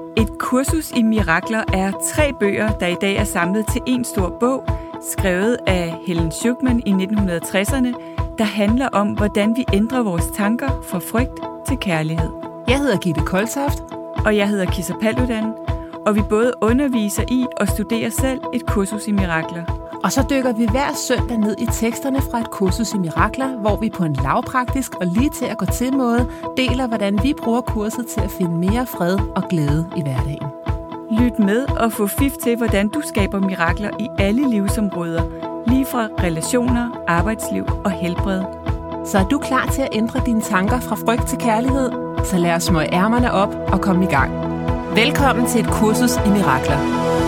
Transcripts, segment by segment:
Et kursus i mirakler er 3 bøger, der i dag er samlet til en stor bog, skrevet af Helen Schucman i 1960'erne, der handler om, hvordan vi ændrer vores tanker fra frygt til kærlighed. Jeg hedder Gitte Koltoft. Og jeg hedder Kissa Paludan, og vi både underviser i og studerer selv et kursus i mirakler. Og så dykker vi hver søndag ned i teksterne fra et kursus i mirakler, hvor vi på en lavpraktisk og lige til at gå til måde deler, hvordan vi bruger kurset til at finde mere fred og glæde i hverdagen. Lyt med og få fif til, hvordan du skaber mirakler i alle livsområder, lige fra relationer, arbejdsliv og helbred. Så er du klar til at ændre dine tanker fra frygt til kærlighed? Så lad os smøge ærmerne op og komme i gang. Velkommen til et kursus i mirakler.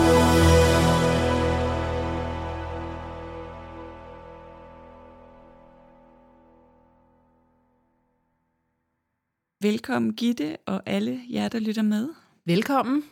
Velkommen Gitte og alle jer, der lytter med. Velkommen.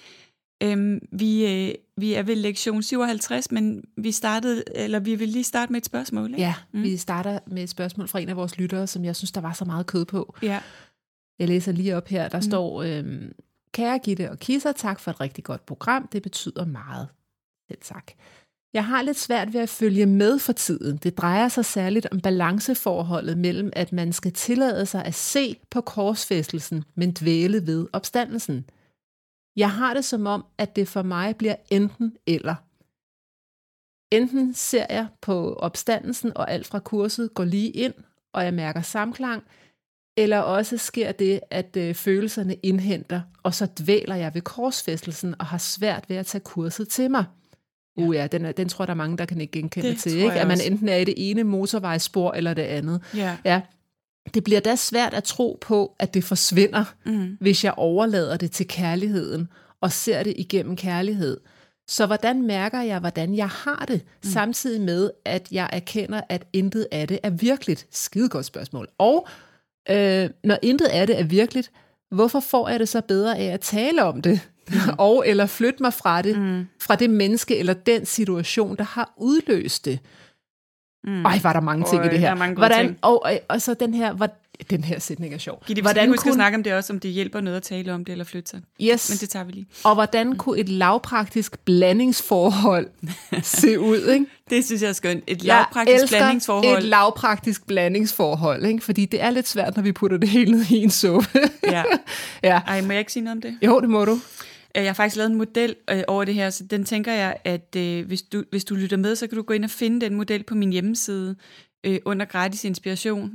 Vi er ved lektion 57, men vi vil lige starte med et spørgsmål, ikke? Ja, vi starter med et spørgsmål fra en af vores lyttere, som jeg synes, der var så meget kød på. Ja. Jeg læser lige op her, der står, kære Gitte og Kissa, tak for et rigtig godt program, det betyder meget. Selv tak. Jeg har lidt svært ved at følge med for tiden. Det drejer sig særligt om balanceforholdet mellem, at man skal tillade sig at se på korsfæstelsen, men dvæle ved opstandelsen. Jeg har det som om, at det for mig bliver enten eller. Enten ser jeg på opstandelsen, og alt fra kurset går lige ind, og jeg mærker samklang, eller også sker det, at følelserne indhenter, og så dvæler jeg ved korsfæstelsen, og har svært ved at tage kurset til mig. Ja, den tror jeg, der er mange, der kan ikke genkende til, ikke? At man enten er i det ene motorvejsspor eller det andet. Ja. Det bliver da svært at tro på, at det forsvinder, hvis jeg overlader det til kærligheden, og ser det igennem kærlighed. Så hvordan mærker jeg, hvordan jeg har det, samtidig med, at jeg erkender, at intet af det er virkeligt? Skidegodt spørgsmål. Og når intet af det er virkeligt, hvorfor får jeg det så bedre af at tale om det? Og eller flytte mig fra det, fra det menneske eller den situation, der har udløst det. Var der mange ting i det her. Hvordan, og så den her sætning er sjov. Gitte, hvordan huske at snakke om det også, om det hjælper noget at tale om det eller flytte sig. Yes. Men det tager vi lige. Og hvordan kunne et lavpraktisk blandingsforhold se ud, ikke? Det synes jeg er skønt. Et lavpraktisk blandingsforhold. Et lavpraktisk blandingsforhold, ikke? Fordi det er lidt svært, når vi putter det hele ned i en suppe. Ja. Ej, må jeg ikke sige noget om det? Jo, det må du. Jeg har faktisk lavet en model over det her, så den tænker jeg, at hvis du lytter med, så kan du gå ind og finde den model på min hjemmeside under gratis inspiration.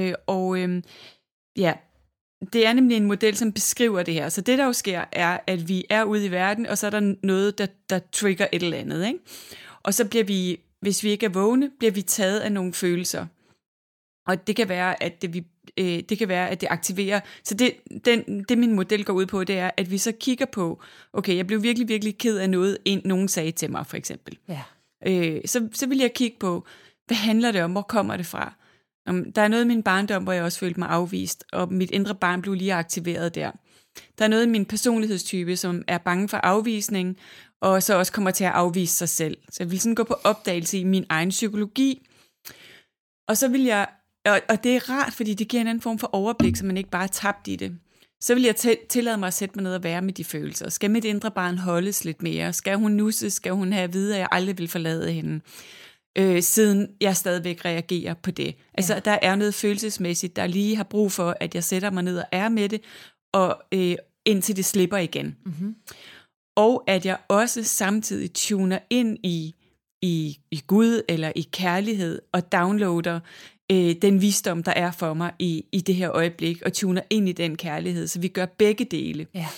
Det er nemlig en model, som beskriver det her. Så det, der jo sker, er, at vi er ude i verden, og så er der noget, der trigger et eller andet, ikke? Og så bliver vi, hvis vi ikke er vågne, bliver vi taget af nogle følelser. Og det kan være, at det aktiverer. Så det min model går ud på, det er, at vi så kigger på, okay, jeg blev virkelig, virkelig ked af noget, nogen sagde til mig, for eksempel. Ja. Så vil jeg kigge på, hvad handler det om, hvor kommer det fra? Der er noget i min barndom, hvor jeg også følte mig afvist, og mit indre barn blev lige aktiveret der. Der er noget i min personlighedstype, som er bange for afvisning, og så også kommer til at afvise sig selv. Så jeg vil sådan gå på opdagelse i min egen psykologi, og så vil jeg, og det er rart, fordi det giver en anden form for overblik, så man ikke bare er tabt i det. Så vil jeg tillade mig at sætte mig ned og være med de følelser. Skal mit indre barn holdes lidt mere? Skal hun nusses? Skal hun have at vide, at jeg aldrig vil forlade hende? Siden jeg stadigvæk reagerer på det. Altså, der er noget følelsesmæssigt, der lige har brug for, at jeg sætter mig ned og er med det, og indtil det slipper igen. Mm-hmm. Og at jeg også samtidig tuner ind i Gud, eller i kærlighed, og downloader den visdom, der er for mig i det her øjeblik, og tuner ind i den kærlighed, så vi gør begge dele. Ja.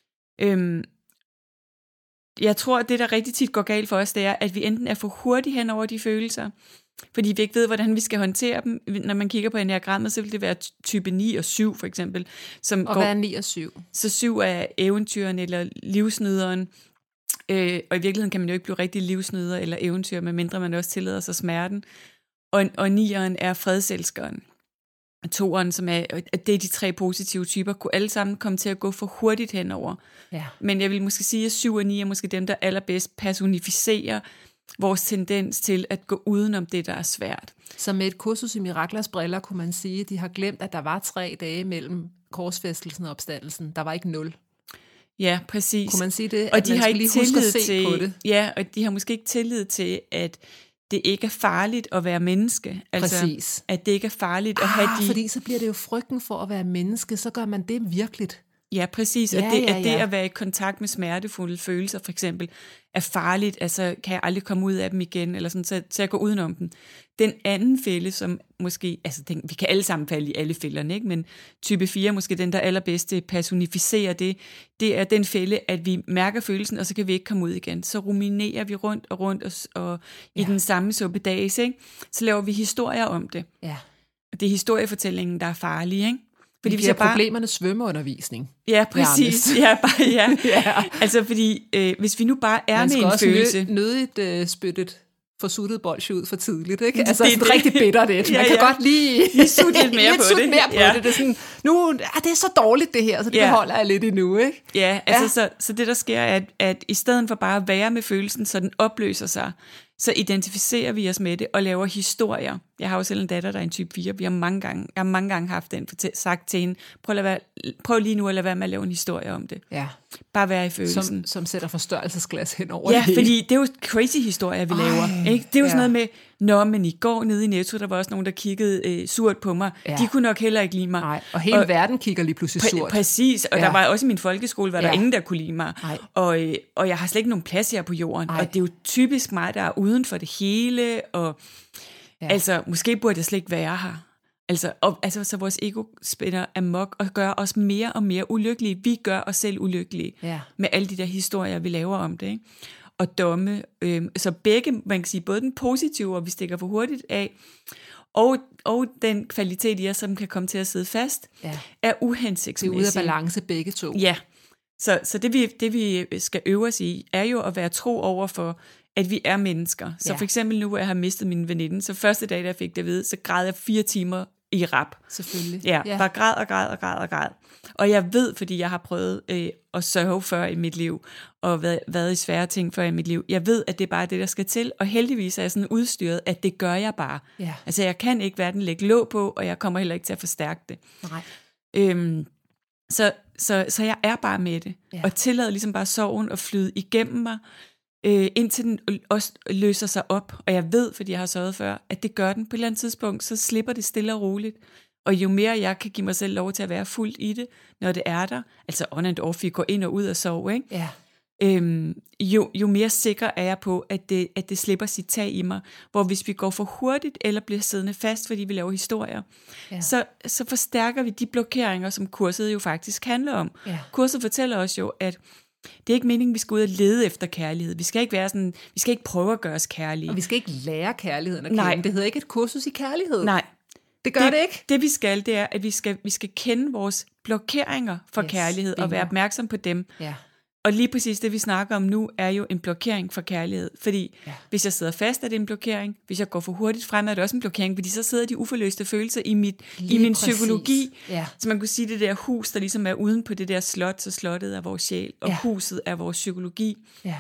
Jeg tror, at det, der rigtig tit går galt for os, det er, at vi enten er for hurtigt hen over de følelser, fordi vi ikke ved, hvordan vi skal håndtere dem. Når man kigger på enneagrammet, så vil det være type 9 og 7 for eksempel. Og hvad er 9 og 7? Så 7 er eventyren eller livsnyderen. Og i virkeligheden kan man jo ikke blive rigtig livsnyder eller eventyr, medmindre man også tillader sig smerten. Og 9'eren er fredselskeren. 2'eren, som er, det er de 3 positive typer, kunne alle sammen komme til at gå for hurtigt henover. Ja. Men jeg vil måske sige, at 7 og 9 er måske dem, der allerbedst personificerer vores tendens til at gå udenom det, der er svært. Så med et kursus i miraklers briller kunne man sige, at de har glemt, at der var 3 dage mellem korsfæstelsen og opstandelsen. Der var ikke 0. Ja, præcis. Kunne man sige det? Og de har ikke tillid til på det. Ja, og de har måske ikke tillid til, at det ikke er farligt at være menneske. Altså, præcis. At det ikke er farligt at have de... fordi så bliver det jo frygten for at være menneske, så gør man det virkeligt. Ja, præcis. At det at være i kontakt med smertefulde følelser, for eksempel, er farligt. Altså, kan jeg aldrig komme ud af dem igen, eller sådan, så jeg går udenom dem. Den anden fælde, som måske... Altså, vi kan alle sammen falde i alle fælderne, ikke? Men type 4 måske den, der allerbedste personificerer det. Det er den fælde, at vi mærker følelsen, og så kan vi ikke komme ud igen. Så ruminerer vi rundt og i den samme suppedags, ikke? Så laver vi historier om det. Ja. Det er historiefortællingen, der er farlig, ikke? Fordi hvis problemerne svømmeundervisning. Ja, præcis. Ja. Altså, fordi hvis vi nu bare er med en følelse... Man skal også nødigt spyttet forsuttet bolsje ud for tidligt, ikke? Altså, det er rigtig bittert det. Man kan godt lige sutte lidt mere på det. Det er sådan, det er så dårligt det her, så det beholder jeg lidt endnu, ikke? Ja, altså, så det der sker, er, at i stedet for bare at være med følelsen, så den opløser sig, så identificerer vi os med det og laver historier. Jeg har jo selv en datter, der er en type 4. Jeg har mange gange haft den sagt til hende, prøv lige nu at lade være med at lave en historie om det. Ja. Bare være i følelsen. Som sætter forstørrelsesglas hen over det. Ja, fordi det er jo crazy historier, vi laver. Ikke? Det er jo sådan noget med, men i går nede i Netto, der var også nogen, der kiggede surt på mig. Ja. De kunne nok heller ikke lide mig. Nej. Og hele verden kigger lige pludselig surt. Præcis, og der var også i min folkeskole, der ingen, der kunne lide mig. Og jeg har slet ikke nogen plads her på jorden. Og det er jo typisk mig, der er uden for det hele. Og altså, måske burde jeg slet ikke være her. Altså, så vores ego spænder amok og gør os mere og mere ulykkelige. Vi gør os selv ulykkelige med alle de der historier, vi laver om det. Ikke? Og domme. Så begge, man kan sige, både den positive, hvor vi stikker for hurtigt af, og den kvalitet i os, som kan komme til at sidde fast, er uhensigtsmæssig. Det er ude af balance begge to. Ja. Så det vi skal øve os i, er jo at være tro over for, at vi er mennesker. Så for eksempel nu, hvor jeg har mistet min veninde, så første dag, da jeg fik det at vide, så græd jeg 4 timer i rap. Selvfølgelig. Ja, bare græd. Og jeg ved, fordi jeg har prøvet at sørge før i mit liv, og været i svære ting før i mit liv. Jeg ved, at det er bare det, der skal til, og heldigvis er jeg sådan udstyret, at det gør jeg bare. Ja. Altså, jeg kan ikke hverken lægge låg på, og jeg kommer heller ikke til at forstærke det. Nej. Så jeg er bare med det, og tillader ligesom bare sorgen at flyde igennem mig, indtil den også løser sig op. Og jeg ved, fordi jeg har sørget før, at det gør den på et eller andet tidspunkt, så slipper det stille og roligt. Og jo mere jeg kan give mig selv lov til at være fuldt i det, når det er der, altså on and off, vi går ind og ud og sover, ikke? Ja. Jo mere sikker er jeg på, at det slipper sit tag i mig. Hvor hvis vi går for hurtigt, eller bliver siddende fast, fordi vi laver historier, så forstærker vi de blokeringer, som kurset jo faktisk handler om. Ja. Kurset fortæller os jo, at det er ikke meningen, vi skal ud og lede efter kærlighed. Vi skal ikke være sådan, vi skal ikke prøve at gøre os kærlige. Og vi skal ikke lære kærligheden at kende. Nej. Det hedder ikke et kursus i kærlighed. Nej. Det gør det ikke. Det vi skal, det er, at vi skal kende vores blokeringer for kærlighed, og være opmærksom på dem. Ja. Og lige præcis det, vi snakker om nu, er jo en blokering for kærlighed. Fordi hvis jeg sidder fast, er det en blokering. Hvis jeg går for hurtigt frem, er det også en blokering. Fordi så sidder de uforløste følelser i min psykologi. Ja. Så man kunne sige, det der hus, der ligesom er uden på det der slot, så slottet er vores sjæl, og huset er vores psykologi. Ja.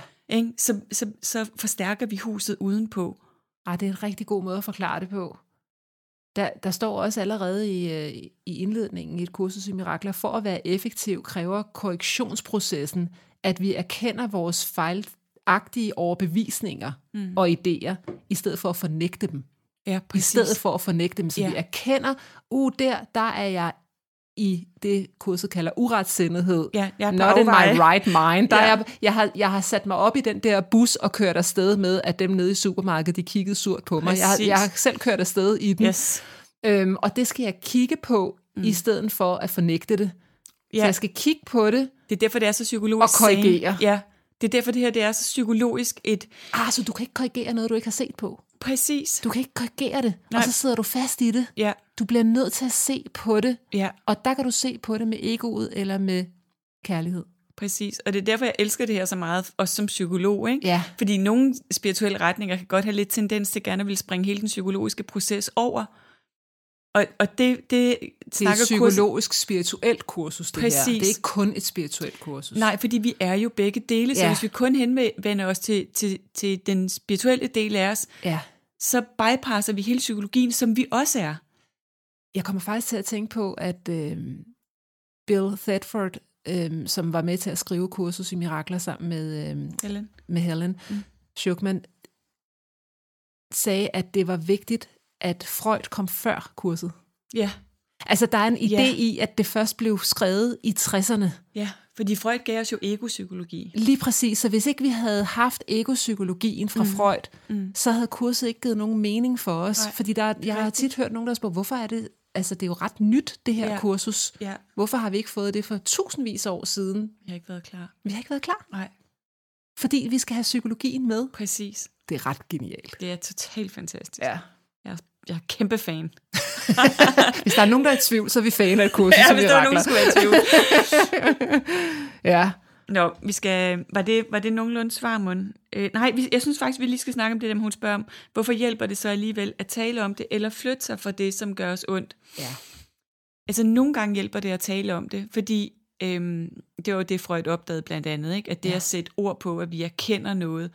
Så forstærker vi huset udenpå. Det er en rigtig god måde at forklare det på. Der står også allerede i indledningen i et kursus i mirakler, for at være effektiv kræver korrektionsprocessen, at vi erkender vores fejlagtige overbevisninger og idéer, i stedet for at fornægte dem. Ja, præcis. I stedet for at fornægte dem, så vi erkender, der er jeg i det kurset kalder uretsindighed. Not in my right mind. Jeg har sat mig op i den der bus og kørt afsted med, at dem nede i supermarkedet, de kiggede surt på mig. Jeg har selv kørt afsted i den. Yes. Og det skal jeg kigge på, i stedet for at fornægte det. Så jeg skal kigge på det. Det er derfor, det er så psykologisk. Og korrigere. Ja, det er derfor, det her det er så psykologisk så du kan ikke korrigere noget, du ikke har set på. Præcis. Du kan ikke korrigere det, og så sidder du fast i det. Ja. Du bliver nødt til at se på det, og der kan du se på det med egoet eller med kærlighed. Præcis, og det er derfor, jeg elsker det her så meget, også som psykolog, ikke? Ja. Fordi nogle spirituelle retninger kan godt have lidt tendens til gerne at ville springe hele den psykologiske proces over. Og det er et psykologisk spirituelt kursus, det her. Det er ikke kun et spirituelt kursus. Nej, fordi vi er jo begge dele, så hvis vi kun henvender os til den spirituelle del af os, så bypasser vi hele psykologien, som vi også er. Jeg kommer faktisk til at tænke på, at Bill Thetford som var med til at skrive kursus i mirakler sammen med Helen Schucman, sagde, at det var vigtigt, at Freud kom før kurset. Ja. Altså, der er en idé i, at det først blev skrevet i 60'erne. Ja, fordi Freud gav os jo egopsykologi. Lige præcis, så hvis ikke vi havde haft egopsykologien fra Freud, så havde kurset ikke givet nogen mening for os. Nej, fordi jeg har tit hørt nogen, der spørger, hvorfor er det, altså det er jo ret nyt, det her kursus. Ja. Hvorfor har vi ikke fået det for tusindvis af år siden? Vi har ikke været klar. Vi har ikke været klar? Nej. Fordi vi skal have psykologien med. Præcis. Det er ret genialt. Det er totalt fantastisk. Ja. Jeg er kæmpe fan. Hvis der er nogen, der er i tvivl, så er vi fan af et kursus. Ja, hvis der er nogen, der skulle være i tvivl. Ja. Nå, var det nogenlunde svar, Mon? Nej, jeg synes faktisk, vi lige skal snakke om det, hun spørger om. Hvorfor hjælper det så alligevel at tale om det, eller flytte sig fra det, som gør os ondt? Ja. Altså, nogle gange hjælper det at tale om det, fordi det var det, Freud opdagede blandt andet, ikke? At det at sætte ord på, at vi erkender noget,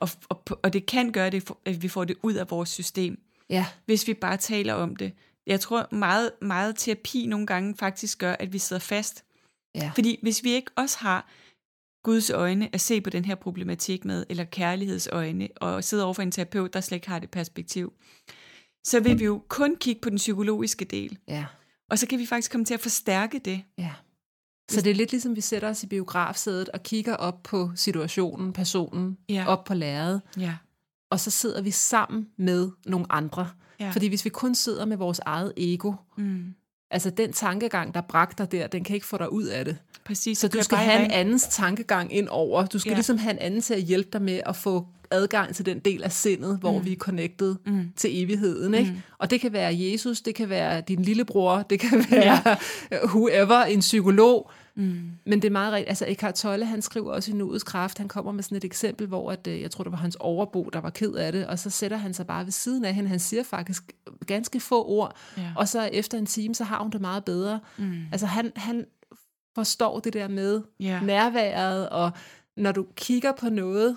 og det kan gøre det, at vi får det ud af vores system, hvis vi bare taler om det. Jeg tror, meget, meget terapi nogle gange faktisk gør, at vi sidder fast. Ja. Fordi hvis vi ikke også har Guds øjne at se på den her problematik med, eller kærlighedsøjne, og sidde over for en terapeut, der slet ikke har det perspektiv, så vil vi jo kun kigge på den psykologiske del. Ja. Og så kan vi faktisk komme til at forstærke det. Ja. Så det er lidt ligesom, vi sætter os i biografsædet og kigger op på situationen, personen, op på lærredet. Ja. Og så sidder vi sammen med nogle andre. Ja. Fordi hvis vi kun sidder med vores eget ego, altså den tankegang, der bragte dig der, den kan ikke få dig ud af det. Præcis. Så du skal have en andens tankegang ind over. Du skal ligesom have en anden til at hjælpe dig med at få adgang til den del af sindet, hvor vi er connected til evigheden. Ikke? Og det kan være Jesus, det kan være din lillebror, det kan være whoever, en psykolog. Men det er meget rigtigt. Altså Eckhart Tolle, han skriver også i Nuets Kraft, han kommer med sådan et eksempel, hvor at, jeg tror, det var hans overbo, der var ked af det, og så sætter han sig bare ved siden af hende. Han siger faktisk ganske få ord, og så efter en time, så har hun det meget bedre. Altså han forstår det der med nærværet, og når du kigger på noget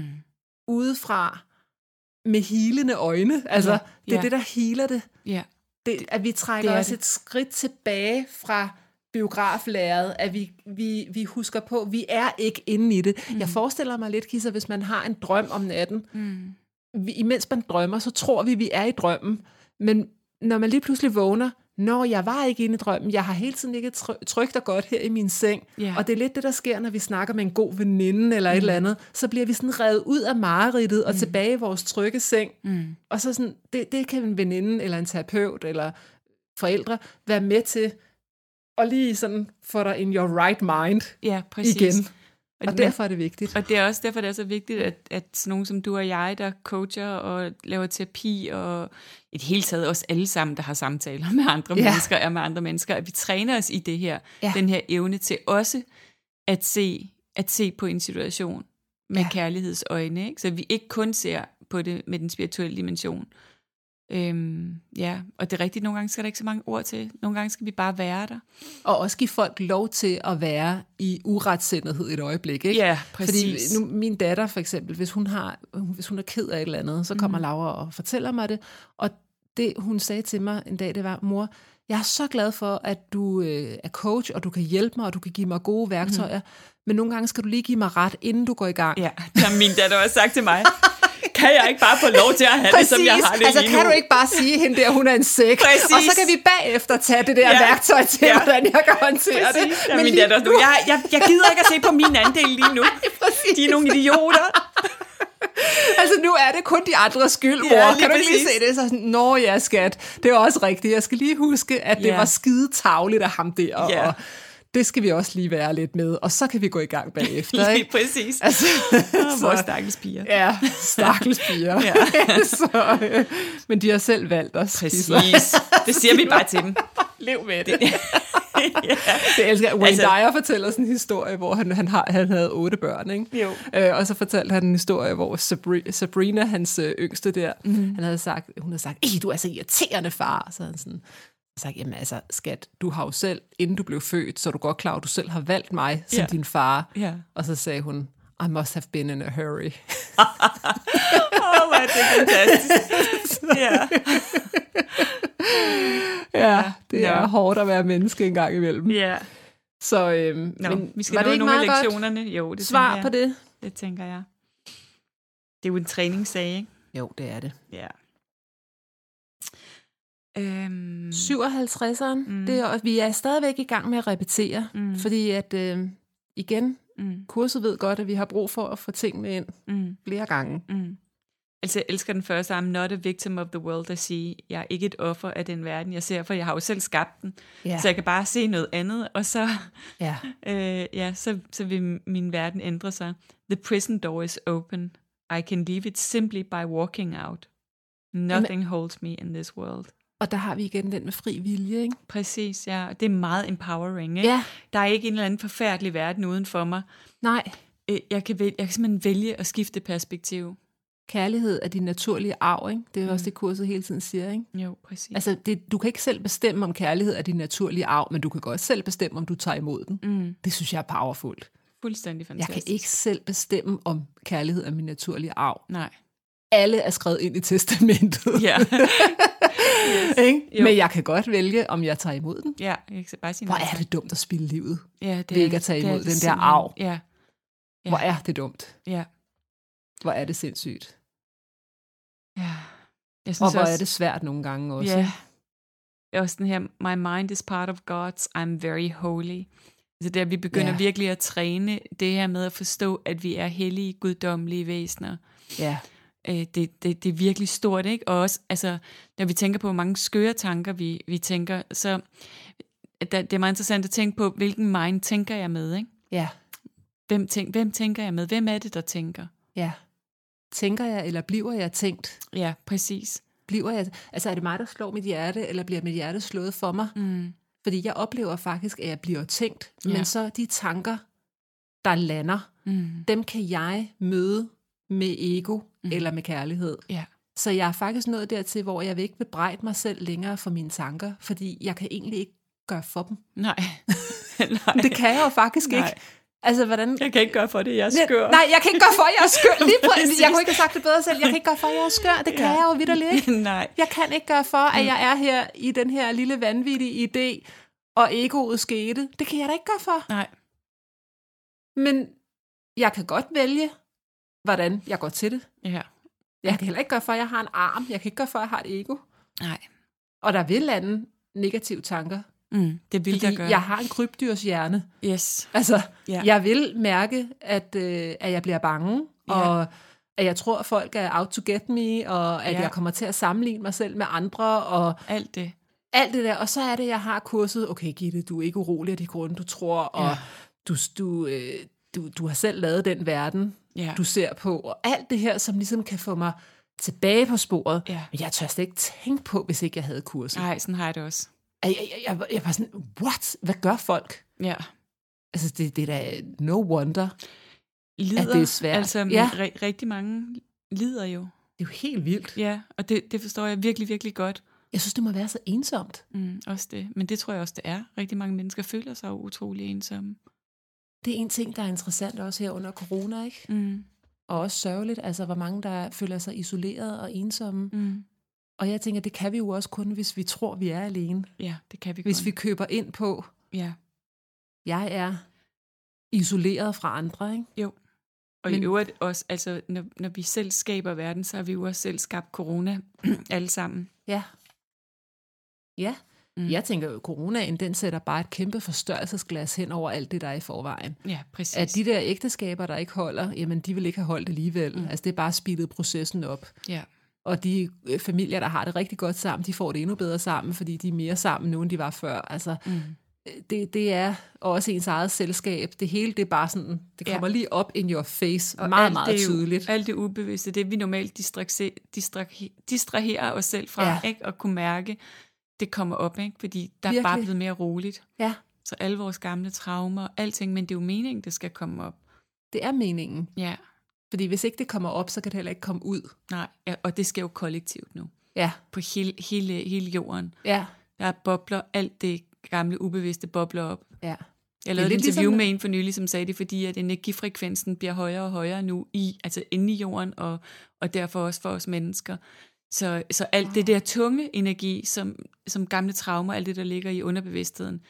udefra med healende øjne, altså det er det, der healer det. Det at vi trækker os et skridt tilbage fra biograflæret, at vi husker på, vi er ikke inde i det. Jeg forestiller mig lidt, Kisser, hvis man har en drøm om natten, imens man drømmer, så tror vi er i drømmen, men når man lige pludselig vågner, jeg var ikke inde i drømmen, jeg har hele tiden ikke trygt og godt her i min seng, og det er lidt det, der sker, når vi snakker med en god veninde eller et eller andet, så bliver vi sådan revet ud af mareridtet og tilbage i vores trygge seng, og så sådan, det kan en veninde eller en terapeut eller forældre være med til, og lige sådan få dig in your right mind igen. Og derfor er det vigtigt. Og det er også derfor, det er så vigtigt, at sådan nogen som du og jeg, der coacher og laver terapi, og i det hele taget også alle sammen, der har samtaler med andre mennesker, er med andre mennesker, at vi træner os i det her, den her evne til også at se på en situation med kærlighedsøjne, ikke? Så vi ikke kun ser på det med den spirituelle dimension. Og det er rigtigt, nogle gange skal der ikke så mange ord til. Nogle gange skal vi bare være der. Og også give folk lov til at være i uretsindighed et øjeblik, ikke? Ja, præcis. Fordi nu, min datter for eksempel, hvis hun er ked af et eller andet, så kommer Laura og fortæller mig det. Og det, hun sagde til mig en dag, det var, mor, jeg er så glad for, at du er coach, og du kan hjælpe mig, og du kan give mig gode værktøjer. Men nogle gange skal du lige give mig ret, inden du går i gang. Ja, det har min datter også sagt til mig. Kan jeg ikke bare få lov til at have det, som jeg har det altså, lige nu? Kan du ikke bare sige hende der, hun er en sæk? Præcis. Og så kan vi bagefter tage det der værktøj til, hvordan jeg kan håndtere det. Ja, men datter, jeg gider ikke at se på min andel lige nu. Nej, de er nogle idioter. Altså, nu er det kun de andres skyld, mor. Kan du ikke lige se det? Så sådan, skat, det er også rigtigt. Jeg skal lige huske, at det var skide tarveligt af ham der, og det skal vi også lige være lidt med, og så kan vi gå i gang bagefter. Ikke? Præcis. Altså, vores stakkels piger. Ja, stakkels piger. Men de har selv valgt os. Præcis. Det siger vi bare til dem. Lev med det. Det elsker jeg. Wayne Dyer fortæller sådan en historie, hvor han havde 8 børn, ikke? Jo. Og så fortalte han en historie, hvor Sabrina, hans yngste der, hun havde sagt, du er så irriterende, far. Så han sådan sagt, jamen altså, skat, du har jo selv, inden du blev født, så er du godt klar, at du selv har valgt mig som din far. Yeah. Og så sagde hun, I must have been in a hurry. Hvor er det fantastisk. Ja, det er hårdt at være menneske en gang imellem. Ja. Så vi skal var nå det ikke nogle af meget lektionerne. Jo, det svar tænker på jeg. det? Det tænker jeg. Det er jo en træningssag, ikke? Jo, det er det. Ja. 57'eren, det er, vi er stadigvæk i gang med at repetere, fordi at igen, kurset ved godt, at vi har brug for at få tingene ind flere gange. Altså, jeg elsker den første, I'm not a victim of the world I see. Jeg er ikke et offer af den verden, jeg ser, for jeg har jo selv skabt den. Ja. Så jeg kan bare se noget andet, og så, Ja. så vil min verden ændre sig. The prison door is open. I can leave it simply by walking out. Nothing holds me in this world. Og der har vi igen den med fri vilje, ikke? Præcis, ja. Det er meget empowering, ikke? Ja. Der er ikke en eller anden forfærdelig verden uden for mig. Nej. Jeg kan simpelthen vælge at skifte perspektiv. Kærlighed er din naturlige arv, ikke? Det er også det, kurset hele tiden siger, ikke? Jo, præcis. Altså, du kan ikke selv bestemme, om kærlighed er din naturlige arv, men du kan godt selv bestemme, om du tager imod den. Det synes jeg er powerfult. Fuldstændig fantastisk. Jeg kan ikke selv bestemme, om kærlighed er min naturlige arv. Nej. Alle er skrevet ind i testamentet. Ja. Yes. Men jeg kan godt vælge, om jeg tager imod den. Ja, jeg kan bare sige Hvor er det dumt at spilde livet, det ved ikke at tage imod den der arv. Ja. Hvor er det dumt. Ja. Hvor er det sindssygt. Ja. Jeg synes og hvor også, er det svært nogle gange også. Ja. Også den her, my mind is part of God's, I'm very holy. Altså der, vi begynder virkelig at træne det her med at forstå, at vi er hellige, guddommelige væsener. Ja. Det er virkelig stort, ikke? Og også, altså, når vi tænker på, hvor mange skøre tanker vi tænker, så det er meget interessant at tænke på, hvilken mind tænker jeg med, ikke? Ja. Hvem tænker jeg med? Hvem er det, der tænker? Ja. Tænker jeg, eller bliver jeg tænkt? Ja, præcis. Bliver jeg, altså er det mig, der slår mit hjerte, eller bliver mit hjerte slået for mig? Fordi jeg oplever faktisk, at jeg bliver tænkt, men så de tanker, der lander, dem kan jeg møde med ego eller med kærlighed. Ja. Så jeg er faktisk nået dertil, hvor jeg vil ikke bebrejde mig selv længere for mine tanker, fordi jeg kan egentlig ikke gøre for dem. Nej. Det kan jeg jo faktisk ikke. Altså, hvordan... Jeg kan ikke gøre for det, jeg er skør. Nej, jeg kan ikke gøre for, jeg er skør. Lige præcis. Jeg kunne ikke have sagt det bedre selv. Jeg kan ikke gøre for, jeg er skør. Det kan jeg jo vitterligt ikke. Nej. Jeg kan ikke gøre for, at jeg er her i den her lille vanvittige idé, og egoet skete. Det kan jeg da ikke gøre for. Nej. Men jeg kan godt vælge, hvordan jeg går til det. Ja. Jeg kan heller ikke gøre for, at jeg har en arm. Jeg kan ikke gøre for, at jeg har et ego. Nej. Og der vil lande negative tanker. Det vil der gøre. Jeg har en krybdyrs hjerne. Yes. Altså, jeg vil mærke, at jeg bliver bange, og at jeg tror, at folk er out to get me, og at jeg kommer til at sammenligne mig selv med andre, og alt det der. Og så er det, jeg har kurset, okay Gitte, du er ikke urolig af de grunde, du tror, og du har selv lavet den verden, du ser på, og alt det her, som ligesom kan få mig tilbage på sporet. Ja. Men jeg tør slet ikke tænke på, hvis ikke jeg havde kurset. Nej, sådan har jeg det også. Jeg var sådan, what? Hvad gør folk? Ja. Altså, det er da no wonder, lider, at det er svært. Altså, rigtig mange lider jo. Det er jo helt vildt. Ja, og det forstår jeg virkelig, virkelig godt. Jeg synes, det må være så ensomt. Også det. Men det tror jeg også, det er. Rigtig mange mennesker føler sig utrolig ensomme. Det er en ting, der er interessant også her under corona, ikke? Og også sørgeligt, altså hvor mange, der føler sig isoleret og ensomme. Og jeg tænker, det kan vi jo også kun, hvis vi tror, vi er alene. Ja, det kan vi kun. Hvis vi køber ind på, jeg er isoleret fra andre, ikke? Jo. Og i øvrigt også, altså når vi selv skaber verden, så har vi jo også selv skabt corona alle sammen. Ja. Ja. Jeg tænker jo, at coronaen, den sætter bare et kæmpe forstørrelsesglas hen over alt det, der er i forvejen. Ja, præcis. At de der ægteskaber, der ikke holder, jamen de vil ikke have holdt alligevel. Altså det er bare speedet processen op. Ja. Og de familier, der har det rigtig godt sammen, de får det endnu bedre sammen, fordi de er mere sammen nu, end de var før. Altså det er også ens eget selskab. Det hele, det er bare sådan, det kommer lige op in your face, og meget, meget tydeligt. Alt det ubevidste, det vi normalt distraherer os selv fra, ikke? Og kunne mærke, det kommer op, ikke? Fordi der er bare blevet mere roligt. Ja. Så alle vores gamle traumer, alting, men det er jo meningen, det skal komme op. Det er meningen. Ja. Fordi hvis ikke det kommer op, så kan det heller ikke komme ud. Nej, og det sker jo kollektivt nu. Ja. På hele jorden. Ja. Der er bobler, alt det gamle ubevidste bobler op. Ja. Jeg lavede et interview med en for nylig, som sagde det, fordi at energifrekvensen bliver højere og højere nu, altså inde i jorden, og derfor også for os mennesker. Så alt det der tunge energi, som gamle traumer, alt det, der ligger i underbevidstheden,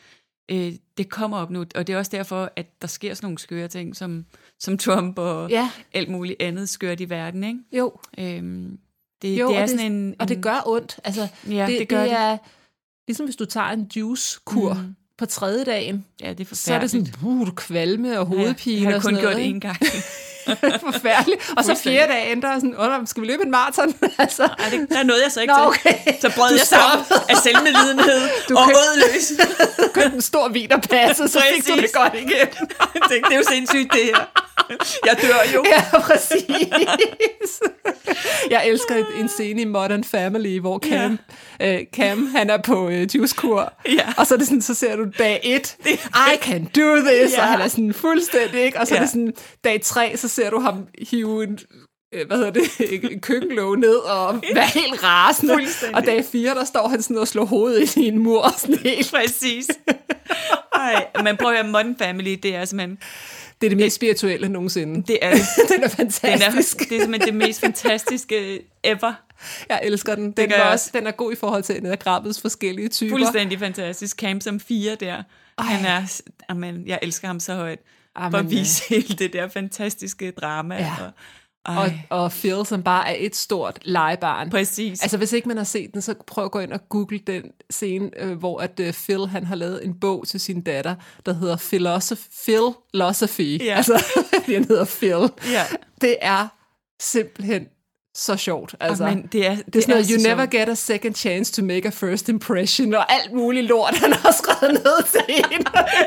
det kommer op nu, og det er også derfor, at der sker sådan nogle skøre ting, som Trump og alt muligt andet skørt i verden, ikke? Jo. Det er sådan en... Og det gør ondt. Altså, det er ligesom hvis du tager en juicekur på 3. dagen, ja, det er forfærdeligt. så er det sådan, du kvalme og hovedpine og sådan noget. Jeg har kun gjort 1 gang. Forfærdeligt. Og så 4. dagen, der er sådan, skal vi løbe en maraton? Altså. Nej, der er noget, jeg så ikke til. Okay. Så brød jeg sammen af selvmedlidenhed og ådløs. Du købte en stor vinerpasse, så fik du det godt igen. Jeg tænkte, det er jo sindssygt, det her. Jeg dør jo. Ja, præcis. Jeg elsker en scene i Modern Family, hvor Cam han er på juicekur, og så er det sådan, så ser du dag 1, I can do this, og han er sådan fuldstændig, ikke? Og så er det sådan, dag 3, så ser du ham hive en køkkenlåg ned og være helt rasende. Og dag 4, der står han sådan og slår hovedet ind i en mur. Sådan helt. Præcis. Ej, men prøv at høre, Modern Family, det er simpelthen... Det er det mest spirituelle nogensinde. Det er det. Den er fantastisk. Det er simpelthen det mest fantastiske ever. Jeg elsker den. Den er god i forhold til Enneagrammets forskellige typer. Fuldstændig fantastisk. Cam som 4 der. Han er... Amen, jeg elsker ham så højt. For at vise hele det der fantastiske drama. Ja. Og Phil, som bare er et stort legebarn. Præcis. Altså, hvis ikke man har set den, så prøv at gå ind og google den scene, hvor at Phil, han har lavet en bog til sin datter, der hedder Philosophy. Altså, den hedder Phil. Ja. Det er simpelthen så sjovt. Altså, det er sådan noget, you never get a second chance to make a first impression, og alt muligt lort, han har skrevet ned til hende.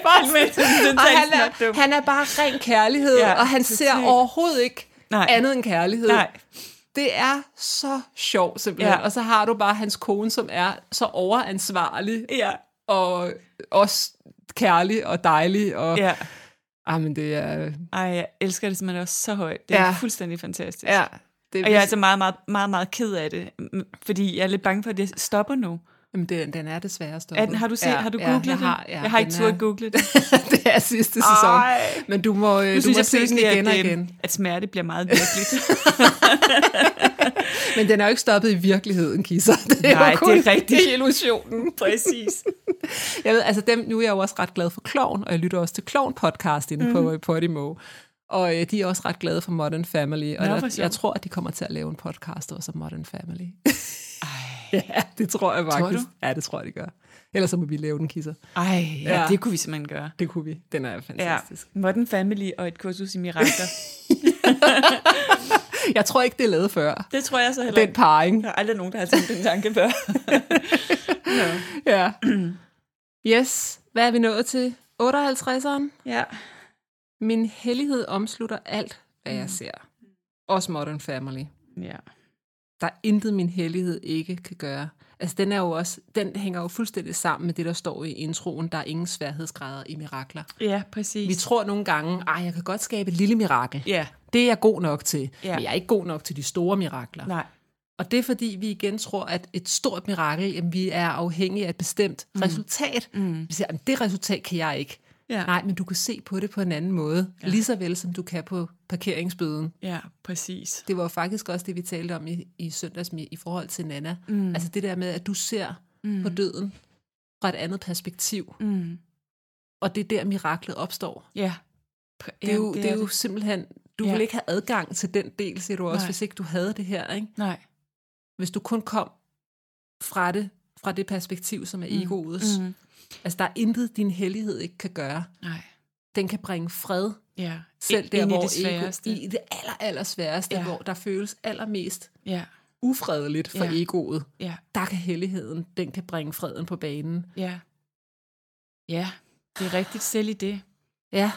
Han er bare ren kærlighed, og han ser overhovedet ikke andet end kærlighed. Nej. Det er så sjovt simpelthen. Og så har du bare hans kone, som er så overansvarlig, og også kærlig og dejlig. Og, men det er... jeg elsker det simpelthen også så højt. Det er fuldstændig fantastisk. Ja. Og jeg er altså meget, meget, meget, meget ked af det, fordi jeg er lidt bange for, at det stopper nu. Jamen, den er desværre stoppet. Har du set? Har du googlet det? Jeg har ikke turde google det. Det er sidste sæson. Men du må se den igen og igen. At smerte bliver meget virkeligt. Men den er jo ikke stoppet i virkeligheden, Kisser. Det er jo kun det er rigtigt. Illusionen. Præcis. Jeg ved, altså nu er jeg jo også ret glad for Klovn, og jeg lytter også til Klovn-podcast inde på Podimo. Og de er også ret glade for Modern Family. Og jeg tror, at de kommer til at lave en podcast også om Modern Family. Ja, det tror jeg faktisk. Tror du? Ja, det tror jeg, de gør. Ellers så må vi lave den, Kisser. Det kunne vi simpelthen gøre. Det kunne vi. Den er fantastisk. Ja. Modern Family og et kursus i mirakler. Jeg tror ikke, det er lavet før. Det tror jeg så heller ikke. Den parring. Der er aldrig nogen, der har tænkt den tanke før. Ja. Yes. Hvad er vi nået til? 58'eren? Ja. Min hellighed omslutter alt, hvad jeg ser. Også Modern Family. Ja. Der er intet, min hellighed ikke kan gøre. Altså, den hænger jo fuldstændig sammen med det, der står i introen. Der er ingen sværhedsgrader i mirakler. Ja, præcis. Vi tror nogle gange, jeg kan godt skabe et lille mirakel. Ja. Det er jeg god nok til. Ja. Men jeg er ikke god nok til de store mirakler. Nej. Og det er fordi, vi igen tror, at et stort mirakel, jamen, vi er afhængige af et bestemt resultat. Vi siger, det resultat kan jeg ikke. Ja. Nej, men du kan se på det på en anden måde. Ja. Lige så vel, som du kan på parkeringsbøden. Ja, præcis. Det var faktisk også det, vi talte om i søndags i forhold til Nana. Altså det der med, at du ser på døden fra et andet perspektiv. Og det er der, miraklet opstår. Ja. Det er jo simpelthen... Du vil ikke have adgang til den del, siger du også, hvis ikke du havde det her, ikke? Nej. Hvis du kun kom fra det perspektiv, som er egoets. Altså, der er intet, din hellighed ikke kan gøre. Nej. Den kan bringe fred. Ja. Selv der, hvor det sværeste. I det aller sværeste, hvor der føles allermest ufredeligt for egoet. Ja. Der kan helligheden, den kan bringe freden på banen. Ja. Ja, det er rigtigt selv i det. Ja.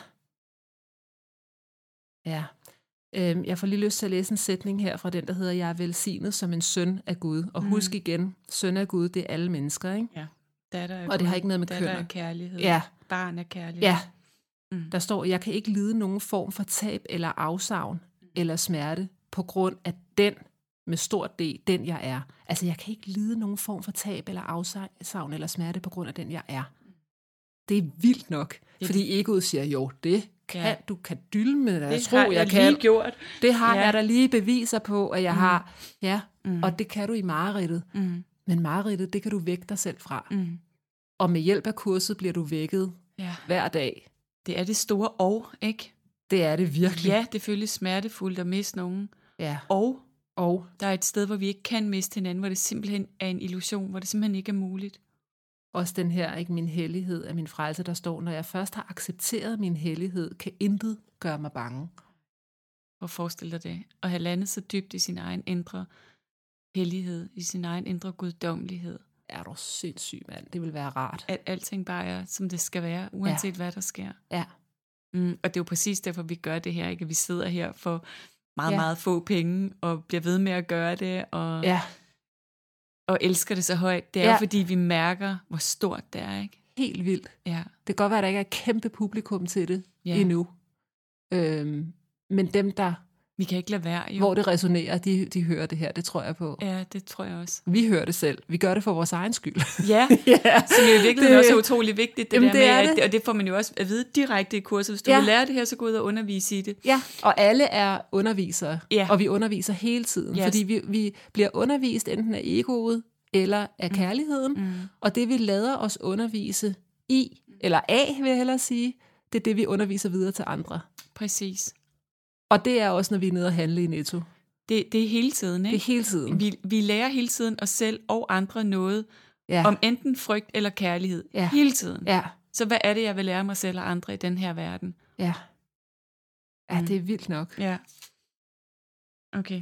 Ja. Jeg får lige lyst til at læse en sætning her fra den, der hedder, jeg er velsignet som en søn af Gud. Og husk igen, søn af Gud, det er alle mennesker, ikke? Ja. Og det har ikke noget med køn. Der er kærlighed. Ja. Barn er kærlighed. Ja. Der står, jeg kan ikke lide nogen form for tab eller afsavn eller smerte på grund af den med stort D, den jeg er. Altså, jeg kan ikke lide nogen form for tab eller afsavn eller smerte på grund af den jeg er. Det er vildt nok, fordi egoet siger, jo, det kan du kan dylme, jeg tror, jeg kan. Gjort. Det har jeg der lige beviser på, at jeg har. Ja, og det kan du i mareridtet. Men mareridtet, det kan du vække dig selv fra. Og med hjælp af kurset bliver du vækket hver dag. Det er det store og, ikke? Det er det virkelig. Ja, det føles smertefuldt at miste nogen. Ja. Og der er et sted, hvor vi ikke kan miste hinanden, hvor det simpelthen er en illusion, hvor det simpelthen ikke er muligt. Også den her, ikke, min hellighed af min frelse, der står, når jeg først har accepteret min hellighed, kan intet gøre mig bange. Hvor forestiller det? At have landet så dybt i sin egen indre hellighed, i sin egen indre guddommelighed. Er du sindssyg, mand? Det vil være rart. At alting bare er, som det skal være, uanset hvad der sker. Ja. Og det er jo præcis derfor, vi gør det her, ikke? Vi sidder her for meget få penge, og bliver ved med at gøre det, og elsker det så højt. Det er jo, fordi vi mærker, hvor stort det er, ikke? Helt vildt. Ja. Det kan godt være, at der ikke er et kæmpe publikum til det endnu. Men dem, der... Vi kan ikke lade være, jo. Hvor det resonerer, de hører det her. Det tror jeg på. Ja, det tror jeg også. Vi hører det selv. Vi gør det for vores egen skyld. Ja, som jo i virkeligheden også er utrolig vigtigt. Det der med, og det får man jo også at vide direkte i kurset. Hvis du vil lære det her, så gå ud og undervise i det. Ja, og alle er undervisere. Og vi underviser hele tiden. Fordi vi bliver undervist enten af egoet eller af kærligheden. Og det vi lader os undervise i, eller af, vil jeg hellere sige, det er det, vi underviser videre til andre. Præcis. Og det er også, når vi er nede og handle i Netto. Det er hele tiden, ikke? Det er hele tiden. Vi lærer hele tiden os selv og andre noget om enten frygt eller kærlighed. Hele tiden. Ja. Så hvad er det, jeg vil lære mig selv og andre i den her verden? Ja. Ja, det er vildt nok. Ja. Okay.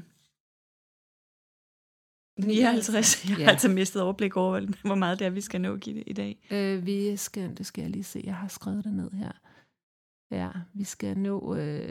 59. Jeg har altså mistet overblik over, hvor meget det er, vi skal nå i dag. Det skal jeg lige se. Jeg har skrevet det ned her. Ja, vi skal nå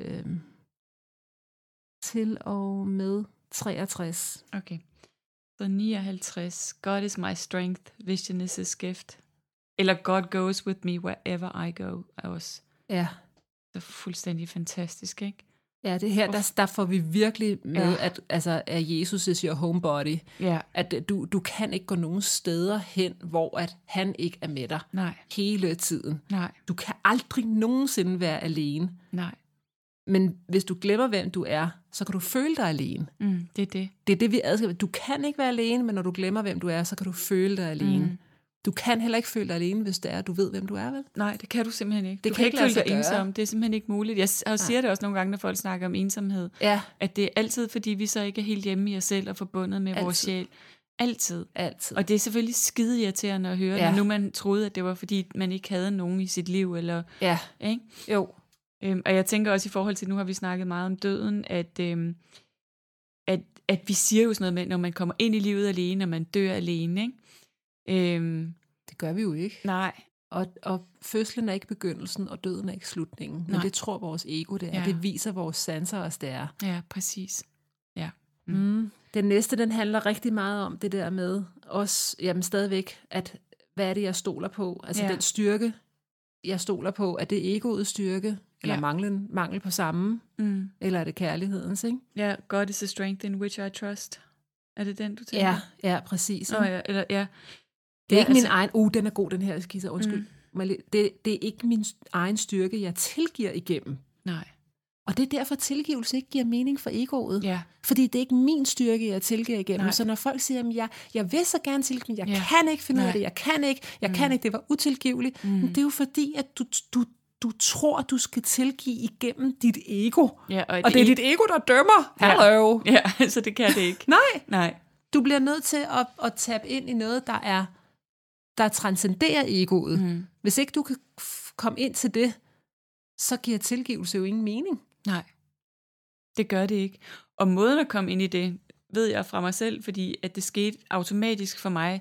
til og med 63. Okay. Så 59. God is my strength, vision is his gift. Eller God goes with me wherever I go. Er også så fuldstændig fantastisk, ikke? Ja, det her, der får vi virkelig med, at Jesus is your homebody. Ja. At du kan ikke gå nogen steder hen, hvor at han ikke er med dig. Nej. Hele tiden. Nej. Du kan aldrig nogensinde være alene. Nej. Men hvis du glemmer, hvem du er, så kan du føle dig alene. Det er det. Det er det, vi adskiller. Du kan ikke være alene, men når du glemmer, hvem du er, så kan du føle dig alene. Du kan heller ikke føle dig alene, hvis det er, du ved, hvem du er, vel? Nej, det kan du simpelthen ikke. Du kan ikke føle dig ensom. Det er simpelthen ikke muligt. Jeg siger det også nogle gange, når folk snakker om ensomhed. Ja. At det er altid, fordi vi så ikke er helt hjemme i os selv og forbundet med vores sjæl. Altid. Og det er selvfølgelig skide irriterende at høre, når nu man troede, at det var, fordi man ikke havde nogen i sit liv. Eller, ikke? Jo. Og jeg tænker også i forhold til, nu har vi snakket meget om døden, at vi siger jo sådan noget med, når man kommer ind i livet alene, og man dør alene, ikke? Det gør vi jo ikke. Nej. Og fødslen er ikke begyndelsen, og døden er ikke slutningen. Men det tror vores ego, det er. Det viser vores sanser os, det er. Ja, præcis. Ja. Den næste, den handler rigtig meget om det der med os, jamen stadigvæk, at hvad er det, jeg stoler på? Altså den styrke, jeg stoler på, er det egoets styrke, eller mangel på samme, eller er det kærlighedens, ikke? Ja, God is the strength in which I trust. Er det den, du tænker? Ja, præcis. Det er ikke min egen... den er god, den her skisser. Undskyld. Det er ikke min egen styrke, jeg tilgiver igennem. Nej. Og det er derfor, tilgivelse ikke giver mening for egoet. Ja. Fordi det er ikke min styrke, jeg tilgiver igennem. Nej. Så når folk siger, at jeg vil så gerne tilgive, jeg kan ikke finde ud af det, jeg kan ikke, det var utilgiveligt. Men det er jo fordi, at du tror, du skal tilgive igennem dit ego. Ja, og det er dit ego, der dømmer. Hello. Ja, så det kan det ikke. Nej. Du bliver nødt til at tabe ind i noget, der transcenderer egoet. Hvis ikke du kan komme ind til det, så giver tilgivelse jo ingen mening. Nej, det gør det ikke. Og måden at komme ind i det, ved jeg fra mig selv, fordi at det skete automatisk for mig,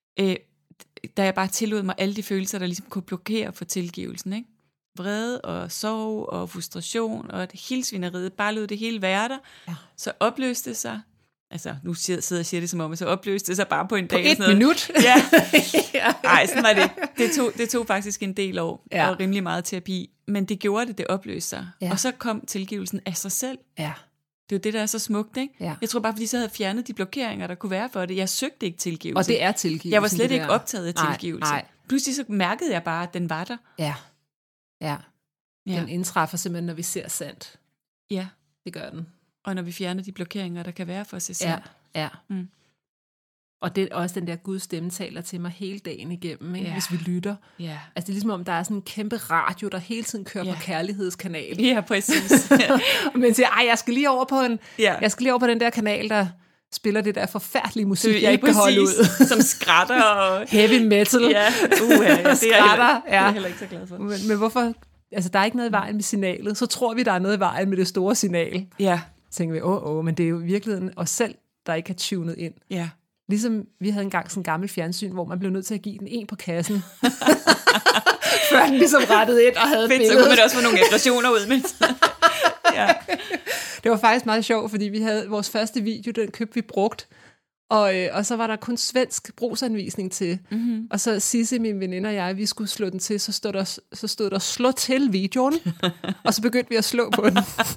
da jeg bare tillod mig alle de følelser, der ligesom kunne blokere for tilgivelsen, ikke? Vrede og sorg og frustration og det hele svineriet, bare lod det hele være der, så opløste det sig. Altså, nu sidder jeg og siger det som om, så opløste det sig bare på en dag. På et minut? Ja. Nej, sådan var det. Det tog faktisk en del år, og rimelig meget terapi. Men det gjorde det opløste sig. Ja. Og så kom tilgivelsen af sig selv. Ja. Det er jo det, der er så smukt, ikke? Ja. Jeg tror bare, fordi så havde jeg fjernet de blokeringer, der kunne være for det. Jeg søgte ikke tilgivelse. Og det er tilgivelse. Jeg var slet ikke optaget af tilgivelse. Nej. Pludselig så mærkede jeg bare, at den var der. Ja. Den indtræffer simpelthen, når vi ser sandt. Ja. Det gør den. Og når vi fjerner de blokeringer, der kan være for sig selv. Ja. Og det er også den der Guds stemme taler til mig hele dagen igennem, ikke? Hvis vi lytter. Ja. Altså det er ligesom om, der er sådan en kæmpe radio, der hele tiden kører på kærlighedskanal. Ja, præcis. Og man siger, jeg skal lige over på den der kanal, der spiller det der forfærdelige musik, jeg ikke kan holde ud. Som skratter og... Heavy metal. Ja, det er heller ikke så glad for. Men hvorfor... Altså, der er ikke noget i vejen med signalet. Så tror vi, der er noget i vejen med det store signal. Ja. Så tænker vi, men det er jo i virkeligheden os selv, der ikke har tunet ind. Ja. Ligesom vi havde engang sådan en gammel fjernsyn, hvor man blev nødt til at give den en på kassen. Før den ligesom rettede ind og havde et billede. Så kunne man også få nogle aggressioner ud med. Ja. Det var faktisk meget sjovt, fordi vi havde vores første video, den købte vi brugt. Og så var der kun svensk brugsanvisning til. Mm-hmm. Og så Sisse, min veninde og jeg, vi skulle slå den til, så stod der slå til videoen. Og så begyndte vi at slå på den.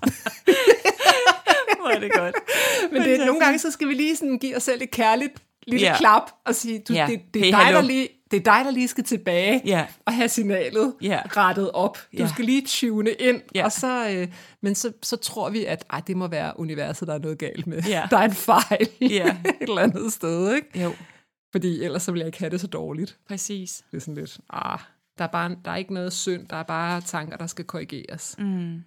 Hvor er det godt. Men nogle gange, så skal vi lige sådan give os selv et kærligt lille klap og sige, det er dig, der lige skal tilbage og have signalet rettet op. Du skal lige tune ind, og så, men så tror vi, at det må være universet, der er noget galt med. Der er en fejl et eller andet sted, ikke? Jo. Fordi ellers så vil jeg ikke have det så dårligt. Præcis. Det er sådan lidt, der er ikke noget synd, der er bare tanker, der skal korrigeres. Mm.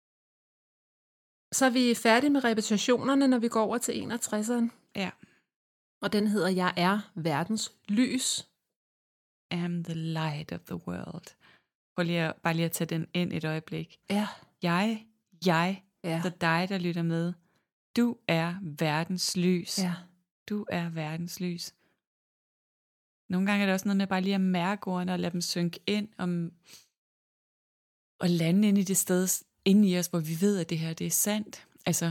Så er vi færdige med repetitionerne, når vi går over til 61'eren. Ja. Og den hedder, jeg er verdens lys. Am the light of the world. Prøv bare lige at tage den ind et øjeblik. Ja. Jeg, så dig, der lytter med. Du er verdens lys. Ja. Du er verdens lys. Nogle gange er det også noget med bare lige at mærke ordene og lade dem synke ind og lande ind i det sted inde i os, hvor vi ved, at det her det er sandt. Altså,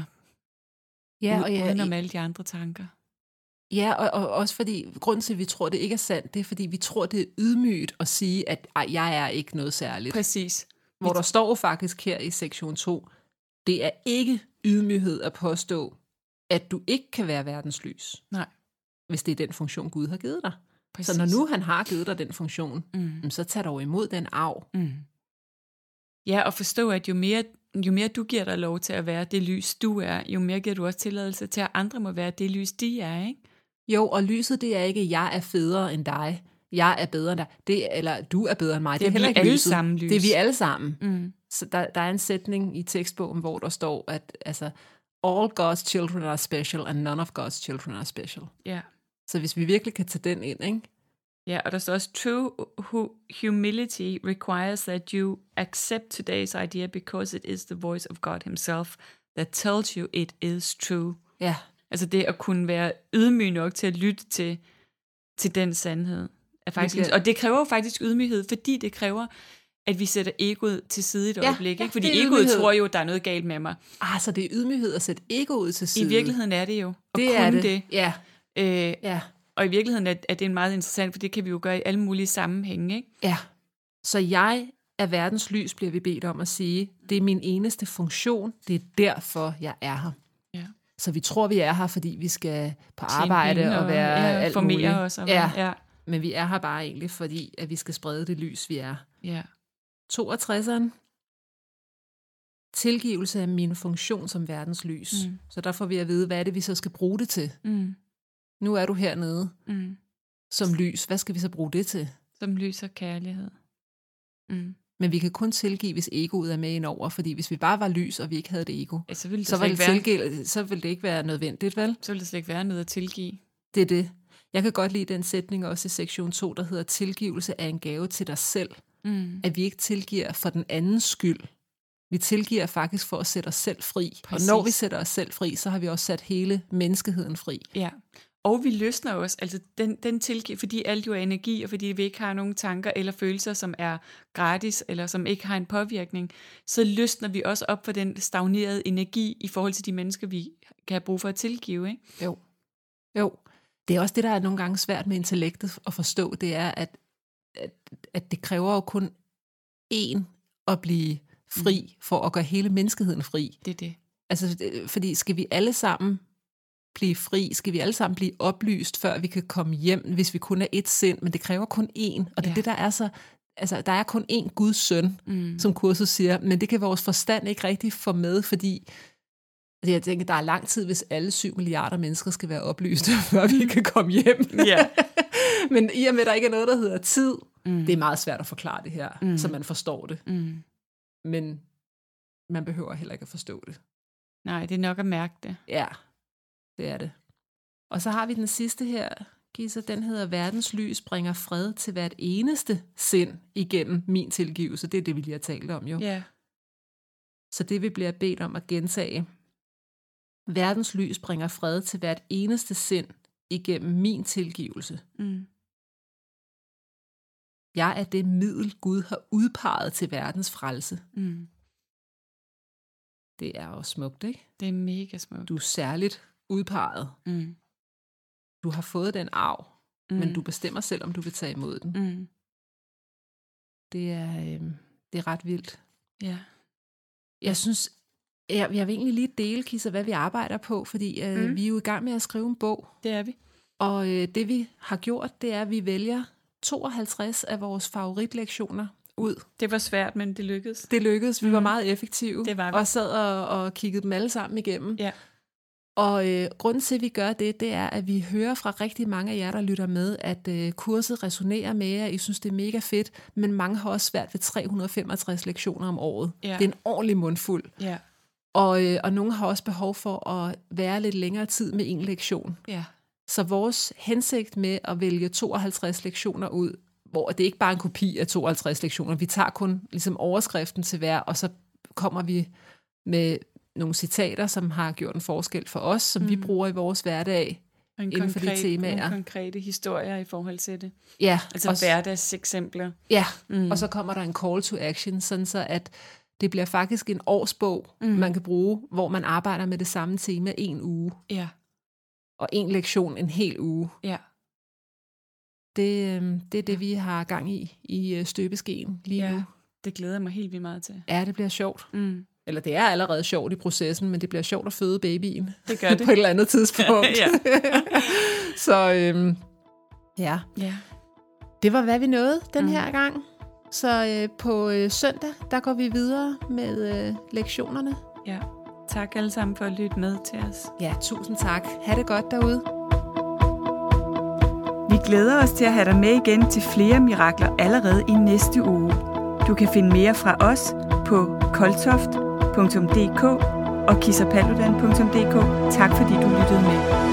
uden om alle de andre tanker. Ja, og også fordi, grunden til, at vi tror, det ikke er sandt, det er, fordi vi tror, det er ydmygt at sige, at jeg er ikke noget særligt. Præcis. Hvor der står faktisk her i sektion 2, det er ikke ydmyghed at påstå, at du ikke kan være verdens lys. Nej. Hvis det er den funktion, Gud har givet dig. Præcis. Så når nu han har givet dig den funktion, så tag dog imod den arv. Mm. Ja, og forstå, at jo mere du giver dig lov til at være det lys, du er, jo mere giver du også tilladelse til, at andre må være det lys, de er, ikke? Jo, og lyset, det er ikke, jeg er federe end dig. Jeg er bedre end dig. Eller du er bedre end mig. Det er heller ikke alle sammen lys. Det er vi alle sammen. Mm. Så der er en sætning i tekstbogen, hvor der står, at altså, all God's children are special, and none of God's children are special. Ja. Så hvis vi virkelig kan tage den ind, ikke? Ja, og der står også, true humility requires that you accept today's idea because it is the voice of God himself that tells you it is true. Ja. Altså det at kunne være ydmyg nok til at lytte til den sandhed. Er faktisk, og det kræver jo faktisk ydmyghed, fordi det kræver, at vi sætter egoet til side et øjeblik. Ikke? Fordi egoet tror jo, der er noget galt med mig. Så det er ydmyghed at sætte egoet til side. I virkeligheden er det jo. Og det er det. Ja. Og i virkeligheden er det meget interessant, for det kan vi jo gøre i alle mulige sammenhænge. Ikke? Ja. Så jeg er verdens lys, bliver vi bedt om at sige. Det er min eneste funktion. Det er derfor, jeg er her. Ja. Så vi tror, vi er her, fordi vi skal på arbejde og være alt formere muligt. Os. Ja. Men vi er her bare egentlig, fordi at vi skal sprede det lys, vi er. Ja. 62'eren. Tilgivelse af min funktion som verdens lys. Mm. Så der får vi at vide, hvad er det, vi så skal bruge det til. Mm. Nu er du hernede som lys. Hvad skal vi så bruge det til? Som lys og kærlighed. Mm. Men vi kan kun tilgive, hvis egoet er med indover, fordi hvis vi bare var lys, og vi ikke havde et ego, så ville det ikke være nødvendigt, vel? Så ville det slet ikke være noget at tilgive. Det er det. Jeg kan godt lide den sætning også i sektion 2, der hedder, tilgivelse er en gave til dig selv. Mm. At vi ikke tilgiver for den andens skyld. Vi tilgiver faktisk for at sætte os selv fri. Præcis. Og når vi sætter os selv fri, så har vi også sat hele menneskeheden fri. Ja. Og vi løsner os, altså den tilgiver, fordi alt jo er energi, og fordi vi ikke har nogen tanker eller følelser, som er gratis, eller som ikke har en påvirkning, så løsner vi også op for den stagnerede energi i forhold til de mennesker, vi kan have brug for at tilgive, ikke? Jo. Det er også det, der er nogle gange svært med intellektet at forstå, det er, at det kræver jo kun én at blive fri, for at gøre hele menneskeheden fri. Det er det. Altså, fordi skal vi alle sammen blive fri, skal vi alle sammen blive oplyst, før vi kan komme hjem, hvis vi kun er ét sind, men det kræver kun én, og det er det, der er så, altså der er kun én Guds søn, som kurset siger, men det kan vores forstand ikke rigtig få med, fordi Jeg tænker, der er lang tid, hvis alle 7 milliarder mennesker skal være oplyste, før vi kan komme hjem. Ja. Men i og med, at der ikke er noget, der hedder tid, det er meget svært at forklare det her, så man forstår det. Men man behøver heller ikke at forstå det. Nej, det er nok at mærke det. Ja, det er det. Og så har vi den sidste her, Gisa, den hedder verdens lys bringer fred til hvert eneste sind igennem min tilgivelse. Det er det, vi lige har talt om jo. Ja. Så det vi bliver bedt om at gentage. Verdens lys bringer fred til hvert eneste sind igennem min tilgivelse. Jeg er det middel, Gud har udpeget til verdens frelse. Det er også smukt, ikke? Det er mega smukt. Du er særligt udpeget. Du har fået den arv, men du bestemmer selv, om du vil tage imod den. Det er ret vildt. Ja. Jeg synes, jeg vil egentlig lige dele, Kisa, hvad vi arbejder på, fordi vi er jo i gang med at skrive en bog. Det er vi. Og det vi har gjort, det er, at vi vælger 52 af vores favoritlektioner ud. Det var svært, men det lykkedes. Det lykkedes. Vi var meget effektive. Det var vi. Og sad og kiggede dem alle sammen igennem. Ja. Og grunden til, at vi gør det, det er, at vi hører fra rigtig mange af jer, der lytter med, at kurset resonerer med jer. I synes, det er mega fedt, men mange har også svært ved 365 lektioner om året. Ja. Det er en ordentlig mundfuld. Ja. Og nogle har også behov for at være lidt længere tid med en lektion. Ja. Så vores hensigt med at vælge 52 lektioner ud, hvor det ikke bare er en kopi af 52 lektioner, vi tager kun ligesom overskriften til hver, og så kommer vi med nogle citater, som har gjort en forskel for os, som vi bruger i vores hverdag inden for de temaer. Nogle konkrete historier i forhold til det. Ja. Altså hverdagseksempler. Ja, og så kommer der en call to action, sådan så at det bliver faktisk en årsbog, man kan bruge, hvor man arbejder med det samme tema en uge. Ja. Og en lektion en hel uge. Ja. Det er det, vi har gang i støbeskeen lige nu. Det glæder jeg mig helt vildt meget til. Ja, det bliver sjovt. Eller det er allerede sjovt i processen, men det bliver sjovt at føde babyen. Det gør det. På et eller andet tidspunkt. Ja. Så ja. Det var, hvad vi nåede den her gang. Så på søndag, der går vi videre med lektionerne. Ja. Tak alle sammen for at lytte med til os. Ja, tusind tak. Ha' det godt derude. Vi glæder os til at have dig med igen til flere mirakler allerede i næste uge. Du kan finde mere fra os på koltoft.dk og kissapaludan.dk. Tak fordi du lyttede med.